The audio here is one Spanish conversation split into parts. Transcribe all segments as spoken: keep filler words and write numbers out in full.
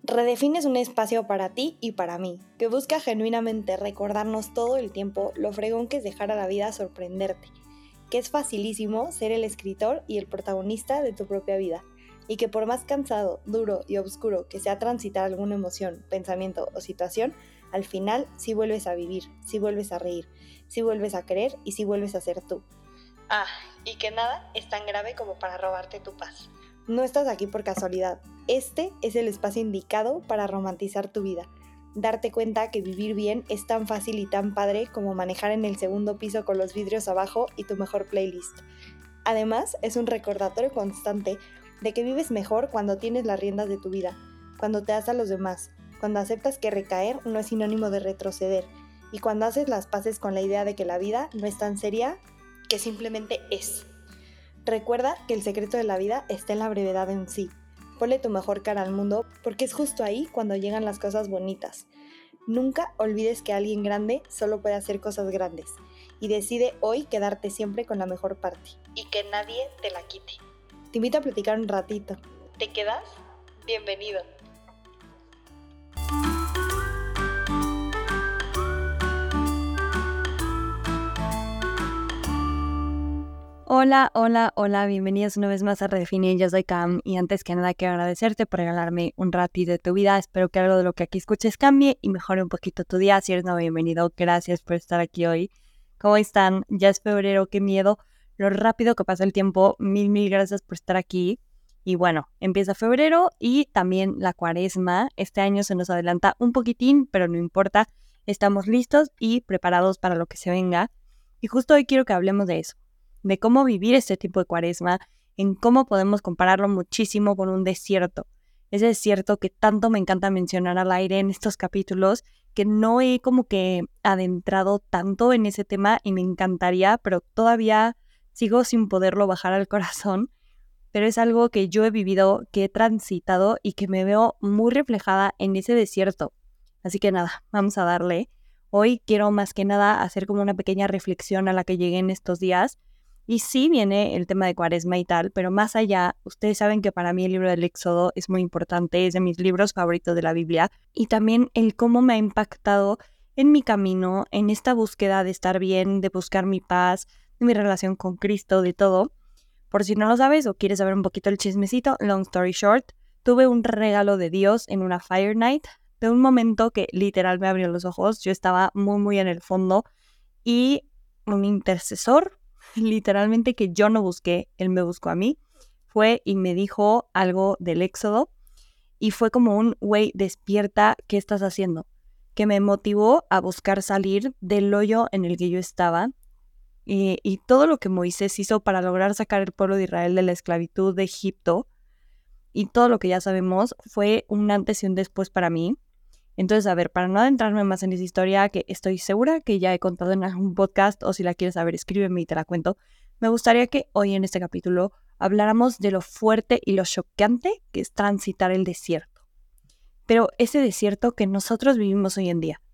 Redefine es un espacio para ti y para mí, que busca genuinamente recordarnos todo el tiempo lo fregón que es dejar a la vida sorprenderte, que es facilísimo ser el escritor y el protagonista de tu propia vida, y que por más cansado, duro y oscuro que sea transitar alguna emoción, pensamiento o situación, al final sí vuelves a vivir, sí vuelves a reír, sí vuelves a querer y sí vuelves a ser tú. Ah, y que nada es tan grave como para robarte tu paz. No estás aquí por casualidad. Este es el espacio indicado para romantizar tu vida. Darte cuenta que vivir bien es tan fácil y tan padre como manejar en el segundo piso con los vidrios abajo y tu mejor playlist. Además, es un recordatorio constante de que vives mejor cuando tienes las riendas de tu vida, cuando te das a los demás, cuando aceptas que recaer no es sinónimo de retroceder y cuando haces las paces con la idea de que la vida no es tan seria, que simplemente es. Recuerda que el secreto de la vida está en la brevedad en sí. Ponle tu mejor cara al mundo porque es justo ahí cuando llegan las cosas bonitas. Nunca olvides que alguien grande solo puede hacer cosas grandes y decide hoy quedarte siempre con la mejor parte y que nadie te la quite. Te invito a platicar un ratito. ¿Te quedas? Bienvenido. Hola, hola, hola, bienvenidos una vez más a Redefine, yo soy Cam y antes que nada quiero agradecerte por regalarme un ratito de tu vida, espero que algo de lo que aquí escuches cambie y mejore un poquito tu día, si eres nuevo bienvenido, gracias por estar aquí hoy. ¿Cómo están? Ya es febrero, qué miedo, lo rápido que pasa el tiempo, mil, mil gracias por estar aquí. Y bueno, empieza febrero y también la cuaresma, este año se nos adelanta un poquitín, pero no importa, estamos listos y preparados para lo que se venga y justo hoy quiero que hablemos de eso, de cómo vivir este tipo de cuaresma, en cómo podemos compararlo muchísimo con un desierto. Ese desierto que tanto me encanta mencionar al aire en estos capítulos, que no he como que adentrado tanto en ese tema y me encantaría, pero todavía sigo sin poderlo bajar al corazón. Pero es algo que yo he vivido, que he transitado y que me veo muy reflejada en ese desierto. Así que nada, vamos a darle. Hoy quiero más que nada hacer como una pequeña reflexión a la que llegué en estos días. Y sí viene el tema de cuaresma y tal, pero más allá, ustedes saben que para mí el libro del Éxodo es muy importante, es de mis libros favoritos de la Biblia. Y también el cómo me ha impactado en mi camino, en esta búsqueda de estar bien, de buscar mi paz, de mi relación con Cristo, de todo. Por si no lo sabes o quieres saber un poquito el chismecito, long story short, tuve un regalo de Dios en una Fire Night, de un momento que literal me abrió los ojos. Yo estaba muy, muy en el fondo y un intercesor, literalmente que yo no busqué, él me buscó a mí, fue y me dijo algo del Éxodo y fue como un, güey, despierta, ¿qué estás haciendo? Que me motivó a buscar salir del hoyo en el que yo estaba. Y, y todo lo que Moisés hizo para lograr sacar el pueblo de Israel de la esclavitud de Egipto y todo lo que ya sabemos fue un antes y un después para mí. Entonces, a ver, para no adentrarme más en esa historia que estoy segura que ya he contado en algún podcast o si la quieres saber, escríbeme y te la cuento, me gustaría que hoy en este capítulo habláramos de lo fuerte y lo choqueante que es transitar el desierto. Pero ese desierto que nosotros vivimos hoy en día.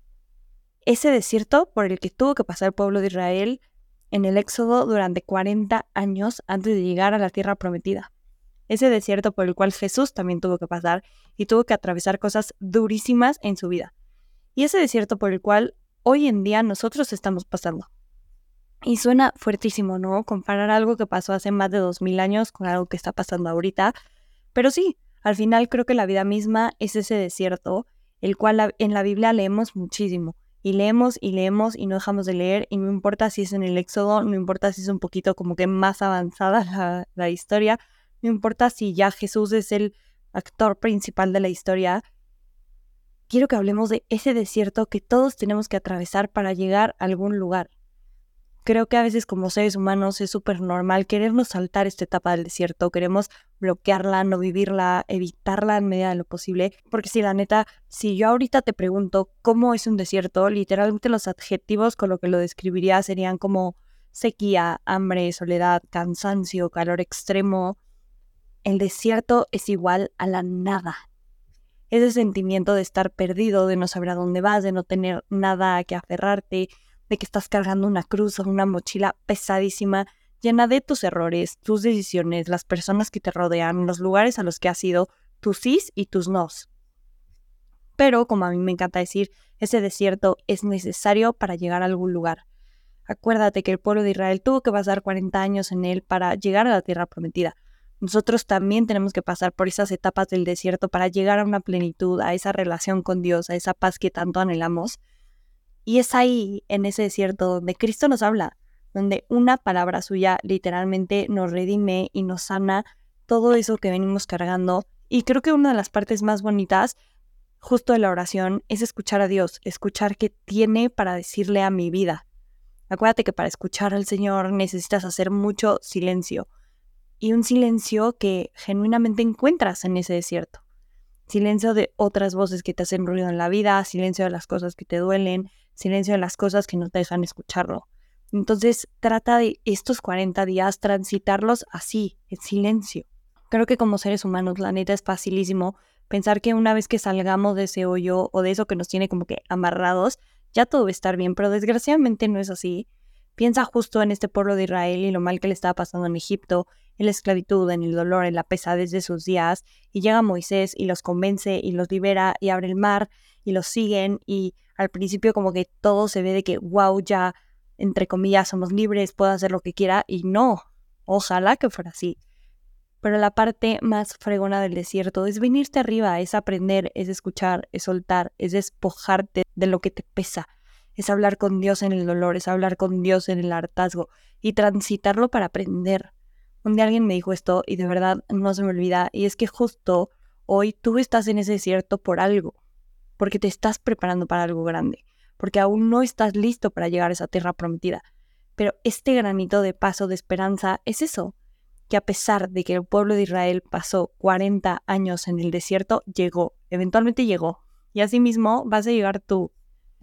Ese desierto por el que tuvo que pasar el pueblo de Israel en el Éxodo durante cuarenta años antes de llegar a la tierra prometida. Ese desierto por el cual Jesús también tuvo que pasar y tuvo que atravesar cosas durísimas en su vida. Y ese desierto por el cual hoy en día nosotros estamos pasando. Y suena fuertísimo, ¿no? Comparar algo que pasó hace más de dos mil años con algo que está pasando ahorita. Pero sí, al final creo que la vida misma es ese desierto, el cual en la Biblia leemos muchísimo. Y leemos y leemos y no dejamos de leer y no importa si es en el Éxodo, no importa si es un poquito como que más avanzada la, la historia, no importa si ya Jesús es el actor principal de la historia. Quiero que hablemos de ese desierto que todos tenemos que atravesar para llegar a algún lugar. Creo que a veces como seres humanos es súper normal querernos saltar esta etapa del desierto, queremos bloquearla, no vivirla, evitarla en medida de lo posible, porque si la neta, si yo ahorita te pregunto cómo es un desierto, literalmente los adjetivos con lo que lo describiría serían como sequía, hambre, soledad, cansancio, calor extremo. El desierto es igual a la nada. Ese sentimiento de estar perdido, de no saber a dónde vas, de no tener nada a que aferrarte, de que estás cargando una cruz o una mochila pesadísima, llena de tus errores, tus decisiones, las personas que te rodean, los lugares a los que has ido, tus sís y tus nos. pero como a mí me encanta decir, ese desierto es necesario para llegar a algún lugar. Acuérdate que el pueblo de Israel tuvo que pasar cuarenta años en él para llegar a la tierra prometida. Nosotros también tenemos que pasar por esas etapas del desierto para llegar a una plenitud, a esa relación con Dios, a esa paz que tanto anhelamos. Y es ahí, en ese desierto, donde Cristo nos habla, donde una palabra suya literalmente nos redime y nos sana todo eso que venimos cargando. Y creo que una de las partes más bonitas justo de la oración es escuchar a Dios, escuchar qué tiene para decirle a mi vida. Acuérdate que para escuchar al Señor necesitas hacer mucho silencio, y un silencio que genuinamente encuentras en ese desierto. Silencio de otras voces que te hacen ruido en la vida, silencio de las cosas que te duelen, silencio de las cosas que no te dejan escucharlo. Entonces trata de estos cuarenta días transitarlos así, en silencio. Creo que como seres humanos, la neta, es facilísimo pensar que una vez que salgamos de ese hoyo o de eso que nos tiene como que amarrados, ya todo va a estar bien, pero desgraciadamente no es así. Piensa justo en este pueblo de Israel y lo mal que le estaba pasando en Egipto, en la esclavitud, en el dolor, en la pesadez de sus días, y llega Moisés y los convence y los libera y abre el mar y los siguen, y al principio como que todo se ve de que wow, ya entre comillas somos libres, puedo hacer lo que quiera, y no, ojalá que fuera así. Pero la parte más fregona del desierto es venirte arriba, es aprender, es escuchar, es soltar, es despojarte de lo que te pesa, es hablar con Dios en el dolor, es hablar con Dios en el hartazgo y transitarlo para aprender. Un día alguien me dijo esto y de verdad no se me olvida, y es que justo hoy tú estás en ese desierto por algo, porque te estás preparando para algo grande, porque aún no estás listo para llegar a esa tierra prometida. Pero este granito de paso de esperanza es eso, que a pesar de que el pueblo de Israel pasó cuarenta años en el desierto, llegó, eventualmente llegó, y asimismo vas a llegar tú.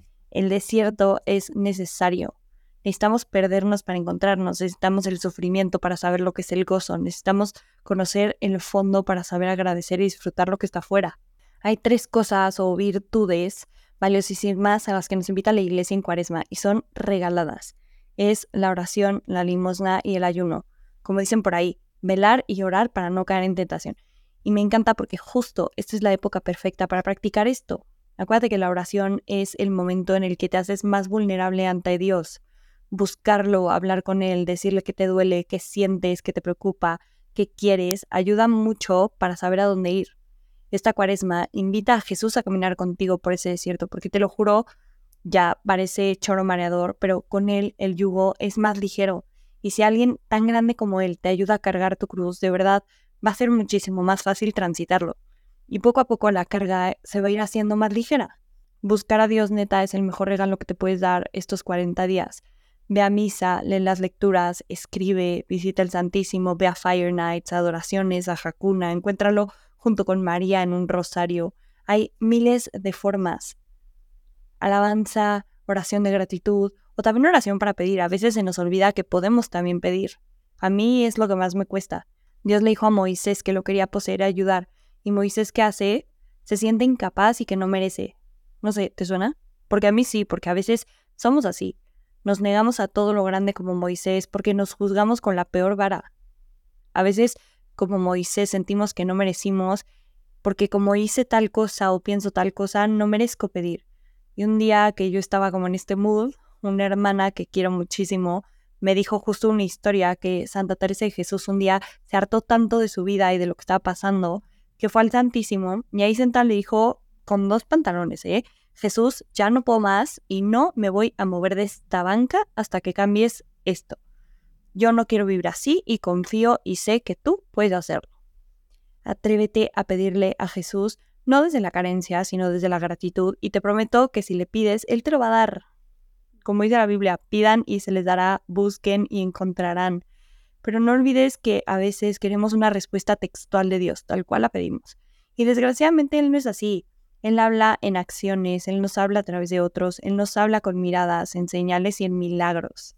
El desierto es necesario. Necesitamos perdernos para encontrarnos, necesitamos el sufrimiento para saber lo que es el gozo, necesitamos conocer el fondo para saber agradecer y disfrutar lo que está afuera. Hay tres cosas o virtudes valiosísimas a las que nos invita la iglesia en Cuaresma y son regaladas. Es la oración, la limosna y el ayuno. Como dicen por ahí, velar y orar para no caer en tentación. Y me encanta porque justo esta es la época perfecta para practicar esto. Acuérdate que la oración es el momento en el que te haces más vulnerable ante Dios. Buscarlo, hablar con Él, decirle qué te duele, qué sientes, qué te preocupa, qué quieres, ayuda mucho para saber a dónde ir. Esta Cuaresma invita a Jesús a caminar contigo por ese desierto, porque te lo juro, ya parece choro mareador, pero con Él el yugo es más ligero. Y si alguien tan grande como Él te ayuda a cargar tu cruz, de verdad va a ser muchísimo más fácil transitarlo. Y poco a poco la carga se va a ir haciendo más ligera. Buscar a Dios, neta, es el mejor regalo que te puedes dar estos cuarenta días. Ve a misa, lee las lecturas, escribe, visita el Santísimo, ve a Fire Nights, adoraciones, a Hakuna, encuéntralo junto con María en un rosario. Hay miles de formas. Alabanza, oración de gratitud, o también oración para pedir. A veces se nos olvida que podemos también pedir. A mí es lo que más me cuesta. Dios le dijo a Moisés que lo quería poseer y ayudar. ¿Y Moisés qué hace? Se siente incapaz y que no merece. No sé, ¿te suena? Porque a mí sí, porque a veces somos así. Nos negamos a todo lo grande como Moisés porque nos juzgamos con la peor vara. A veces, como Moisés, sentimos que no merecimos porque como hice tal cosa o pienso tal cosa, no merezco pedir. Y un día que yo estaba como en este mood, una hermana que quiero muchísimo me dijo justo una historia que Santa Teresa de Jesús un día se hartó tanto de su vida y de lo que estaba pasando que fue al Santísimo y ahí sentada le dijo con dos pantalones, ¿eh? Jesús, ya no puedo más y no me voy a mover de esta banca hasta que cambies esto. Yo no quiero vivir así y confío y sé que tú puedes hacerlo. Atrévete a pedirle a Jesús, no desde la carencia, sino desde la gratitud, y te prometo que si le pides, Él te lo va a dar. Como dice la Biblia, pidan y se les dará, busquen y encontrarán. Pero no olvides que a veces queremos una respuesta textual de Dios, tal cual la pedimos. Y desgraciadamente Él no es así. Él habla en acciones, Él nos habla a través de otros, Él nos habla con miradas, en señales y en milagros.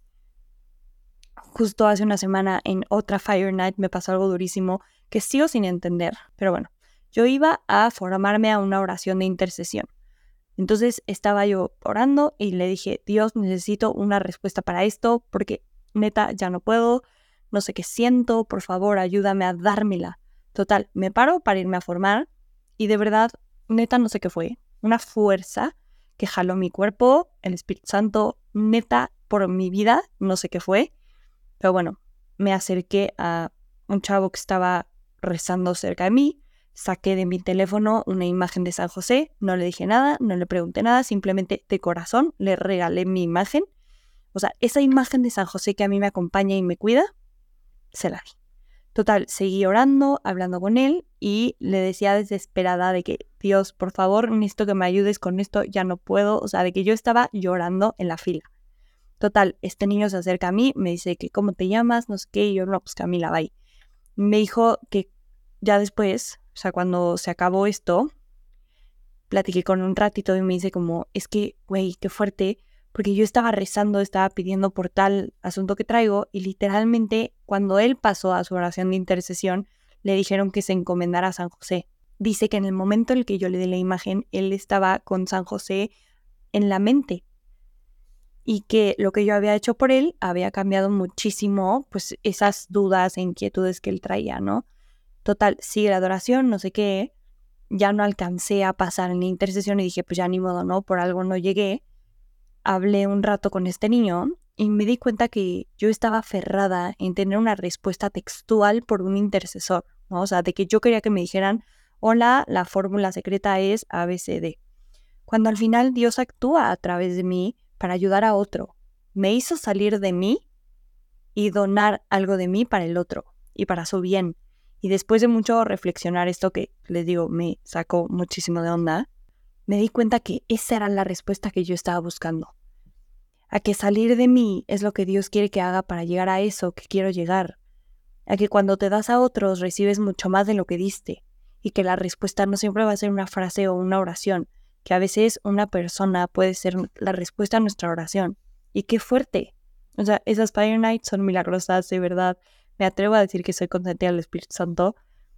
Justo hace una semana en otra Fire Night me pasó algo durísimo que sigo sin entender. Pero bueno, yo iba a formarme a una oración de intercesión. Entonces estaba yo orando y le dije, Dios, necesito una respuesta para esto porque neta ya no puedo, no sé qué siento, por favor ayúdame a dármela. Total, me paro para irme a formar y de verdad, neta no sé qué fue. una fuerza que jaló mi cuerpo, el Espíritu Santo, neta, por mi vida, no sé qué fue, pero bueno, me acerqué a un chavo que estaba rezando cerca de mí, saqué de mi teléfono una imagen de San José, no le dije nada, no le pregunté nada, simplemente de corazón le regalé mi imagen. O sea, esa imagen de San José que a mí me acompaña y me cuida, se la di. Total, seguí orando, hablando con él y le decía desesperada de que, Dios, por favor, necesito que me ayudes con esto, ya no puedo. O sea, de que yo estaba llorando en la fila. Total, este niño se acerca a mí, me dice que ¿cómo te llamas? No sé qué, y yo, no, pues Camila, bye. Me dijo que ya después, o sea, cuando se acabó esto, platiqué con un ratito y me dice como, es que, güey, qué fuerte, porque yo estaba rezando, estaba pidiendo por tal asunto que traigo y literalmente cuando él pasó a su oración de intercesión, le dijeron que se encomendara a San José. Dice que en el momento en el que yo le di la imagen, él estaba con San José en la mente y que lo que yo había hecho por él había cambiado muchísimo, pues esas dudas e inquietudes que él traía, ¿no? Total, sigue la adoración, no sé qué. Ya no alcancé a pasar en la intercesión y dije, pues ya ni modo, ¿no? Por algo no llegué. Hablé un rato con este niño y me di cuenta que yo estaba aferrada en tener una respuesta textual por un intercesor, ¿no? O sea, de que yo quería que me dijeran, hola, la fórmula secreta es A B C D. Cuando al final Dios actúa a través de mí para ayudar a otro. Me hizo salir de mí y donar algo de mí para el otro y para su bien. Y después de mucho reflexionar esto que, les digo, me sacó muchísimo de onda, me di cuenta que esa era la respuesta que yo estaba buscando. A que salir de mí es lo que Dios quiere que haga para llegar a eso que quiero llegar. A que cuando te das a otros recibes mucho más de lo que diste. Y que la respuesta no siempre va a ser una frase o una oración. Que a veces una persona puede ser la respuesta a nuestra oración. Y qué fuerte. O sea, esas Fire Nights son milagrosas, de verdad. Me atrevo a decir que soy consentida del Espíritu Santo.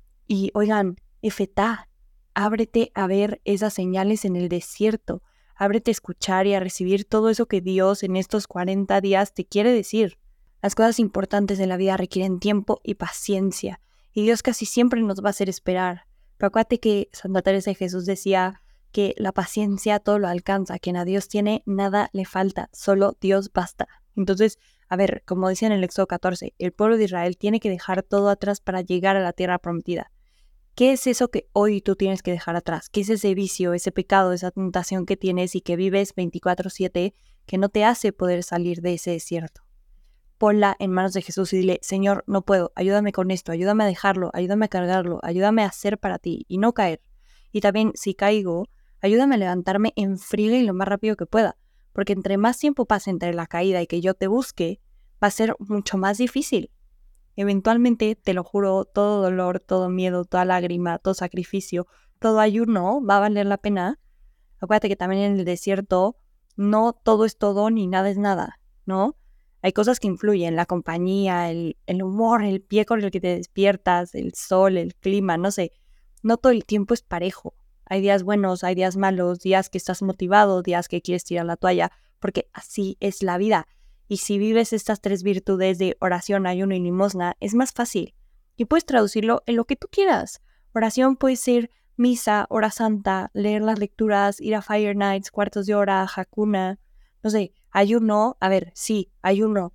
Y oigan, efetá, ábrete a ver esas señales en el desierto. Ábrete a escuchar y a recibir todo eso que Dios en estos cuarenta días te quiere decir. Las cosas importantes de la vida requieren tiempo y paciencia. Y Dios casi siempre nos va a hacer esperar. Pero acuérdate que Santa Teresa de Jesús decía que la paciencia todo lo alcanza. Quien a Dios tiene, nada le falta. Solo Dios basta. Entonces, a ver, como decía en el Éxodo catorce, el pueblo de Israel tiene que dejar todo atrás para llegar a la tierra prometida. ¿Qué es eso que hoy tú tienes que dejar atrás? ¿Qué es ese vicio, ese pecado, esa tentación que tienes y que vives veinticuatro siete que no te hace poder salir de ese desierto? Ponla en manos de Jesús y dile, Señor, no puedo, ayúdame con esto, ayúdame a dejarlo, ayúdame a cargarlo, ayúdame a hacer para ti y no caer. Y también, si caigo, ayúdame a levantarme en friega y lo más rápido que pueda, porque entre más tiempo pase entre la caída y que yo te busque, va a ser mucho más difícil. Eventualmente, te lo juro, todo dolor, todo miedo, toda lágrima, todo sacrificio, todo ayuno va a valer la pena. Acuérdate que también en el desierto no todo es todo ni nada es nada, ¿no? Hay cosas que influyen, la compañía, el, el humor, el pie con el que te despiertas, el sol, el clima, no sé. No todo el tiempo es parejo. Hay días buenos, hay días malos, días que estás motivado, días que quieres tirar la toalla, porque así es la vida. Y si vives estas tres virtudes de oración, ayuno y limosna, es más fácil. Y puedes traducirlo en lo que tú quieras. Oración puede ser misa, hora santa, leer las lecturas, ir a Fire Nights, cuartos de hora, Hakuna. No sé, ayuno, a ver, sí, ayuno.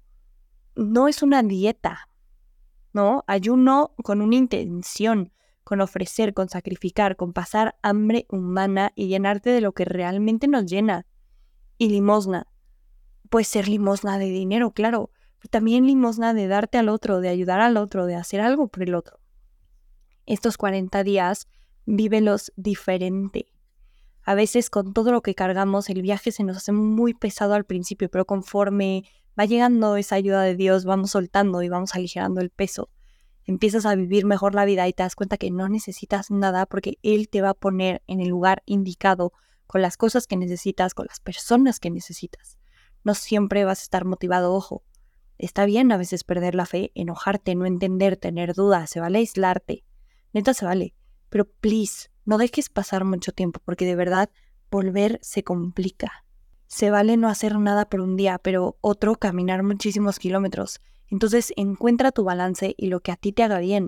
No es una dieta, ¿no? Ayuno con una intención, con ofrecer, con sacrificar, con pasar hambre humana y llenarte de lo que realmente nos llena. Y limosna. Puede ser limosna de dinero, claro, pero también limosna de darte al otro, de ayudar al otro, de hacer algo por el otro. Estos cuarenta días, vívelos diferente. A veces con todo lo que cargamos, el viaje se nos hace muy pesado al principio, pero conforme va llegando esa ayuda de Dios, vamos soltando y vamos aligerando el peso. Empiezas a vivir mejor la vida y te das cuenta que no necesitas nada porque Él te va a poner en el lugar indicado, con las cosas que necesitas, con las personas que necesitas. No siempre vas a estar motivado, ojo. Está bien a veces perder la fe, enojarte, no entender, tener dudas, se vale aislarte. Neta se vale. Pero please, no dejes pasar mucho tiempo porque de verdad volver se complica. Se vale no hacer nada por un día, pero otro caminar muchísimos kilómetros. Entonces encuentra tu balance y lo que a ti te haga bien.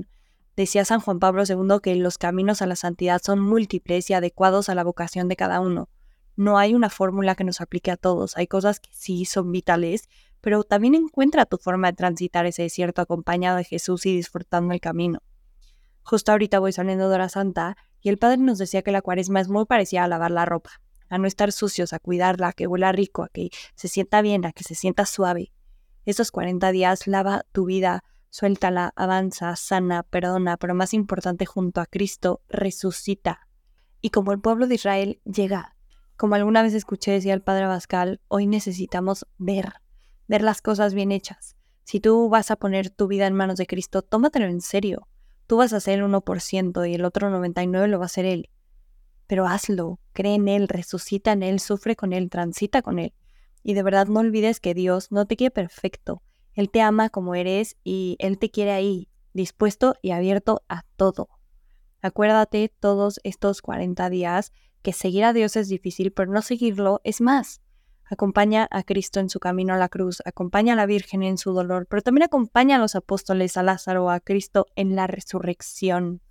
Decía San Juan Pablo segundo que los caminos a la santidad son múltiples y adecuados a la vocación de cada uno. No hay una fórmula que nos aplique a todos. Hay cosas que sí son vitales, pero también encuentra tu forma de transitar ese desierto acompañado de Jesús y disfrutando el camino. Justo ahorita voy saliendo de hora santa y el padre nos decía que la cuaresma es muy parecida a lavar la ropa, a no estar sucios, a cuidarla, a que huela rico, a que se sienta bien, a que se sienta suave. Esos cuarenta días lava tu vida, suéltala, avanza, sana, perdona, pero más importante, junto a Cristo, resucita. Y como el pueblo de Israel llega, como alguna vez escuché decía el padre Abascal, hoy necesitamos ver, ver las cosas bien hechas. Si tú vas a poner tu vida en manos de Cristo, tómatelo en serio. Tú vas a ser el uno por ciento y el otro noventa y nueve por ciento lo va a hacer Él. Pero hazlo, cree en Él, resucita en Él, sufre con Él, transita con Él. Y de verdad no olvides que Dios no te quiere perfecto. Él te ama como eres y Él te quiere ahí, dispuesto y abierto a todo. Acuérdate todos estos cuarenta días que seguir a Dios es difícil, pero no seguirlo es más. Acompaña a Cristo en su camino a la cruz, acompaña a la Virgen en su dolor, pero también acompaña a los apóstoles, a Lázaro, a Cristo en la resurrección.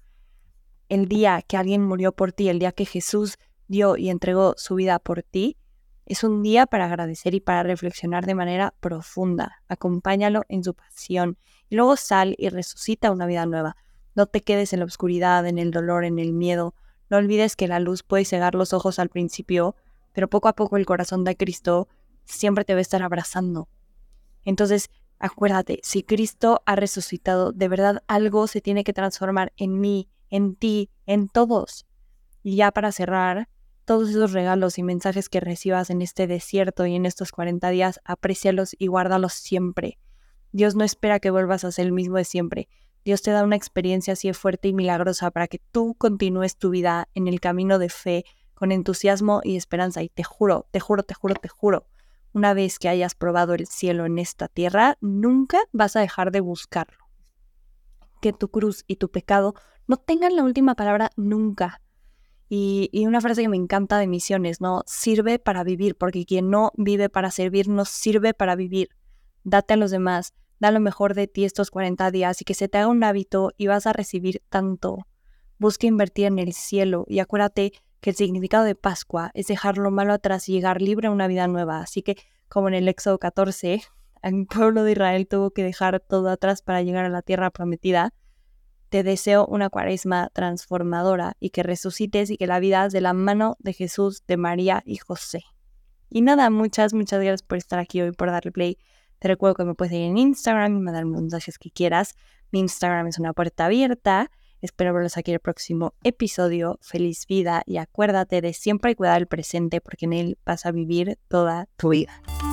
El día que alguien murió por ti, el día que Jesús dio y entregó su vida por ti, es un día para agradecer y para reflexionar de manera profunda. Acompáñalo en su pasión y luego sal y resucita una vida nueva. No te quedes en la oscuridad, en el dolor, en el miedo. No olvides que la luz puede cegar los ojos al principio, pero poco a poco el corazón de Cristo siempre te va a estar abrazando. Entonces, acuérdate, si Cristo ha resucitado, de verdad algo se tiene que transformar en mí, en ti, en todos. Y ya para cerrar, todos esos regalos y mensajes que recibas en este desierto y en estos cuarenta días, aprécialos y guárdalos siempre. Dios no espera que vuelvas a ser el mismo de siempre. Dios te da una experiencia así de fuerte y milagrosa para que tú continúes tu vida en el camino de fe con entusiasmo y esperanza. Y te juro, te juro, te juro, te juro, una vez que hayas probado el cielo en esta tierra, nunca vas a dejar de buscarlo. Que tu cruz y tu pecado no tengan la última palabra nunca. Y, y una frase que me encanta de Misiones, ¿no? Sirve para vivir, porque quien no vive para servir no sirve para vivir. Date a los demás, da lo mejor de ti estos cuarenta días y que se te haga un hábito y vas a recibir tanto. Busca invertir en el cielo y acuérdate que el significado de Pascua es dejar lo malo atrás y llegar libre a una vida nueva. Así que, como en el Éxodo catorce, el pueblo de Israel tuvo que dejar todo atrás para llegar a la tierra prometida. Te deseo una cuaresma transformadora y que resucites y que la vivas de la mano de Jesús, de María y José. Y nada, muchas, muchas gracias por estar aquí hoy, por darle play. Te recuerdo que me puedes seguir en Instagram y mandar mensajes que quieras. Mi Instagram es una puerta abierta. Espero verlos aquí en el próximo episodio. Feliz vida y acuérdate de siempre cuidar el presente porque en él vas a vivir toda tu vida.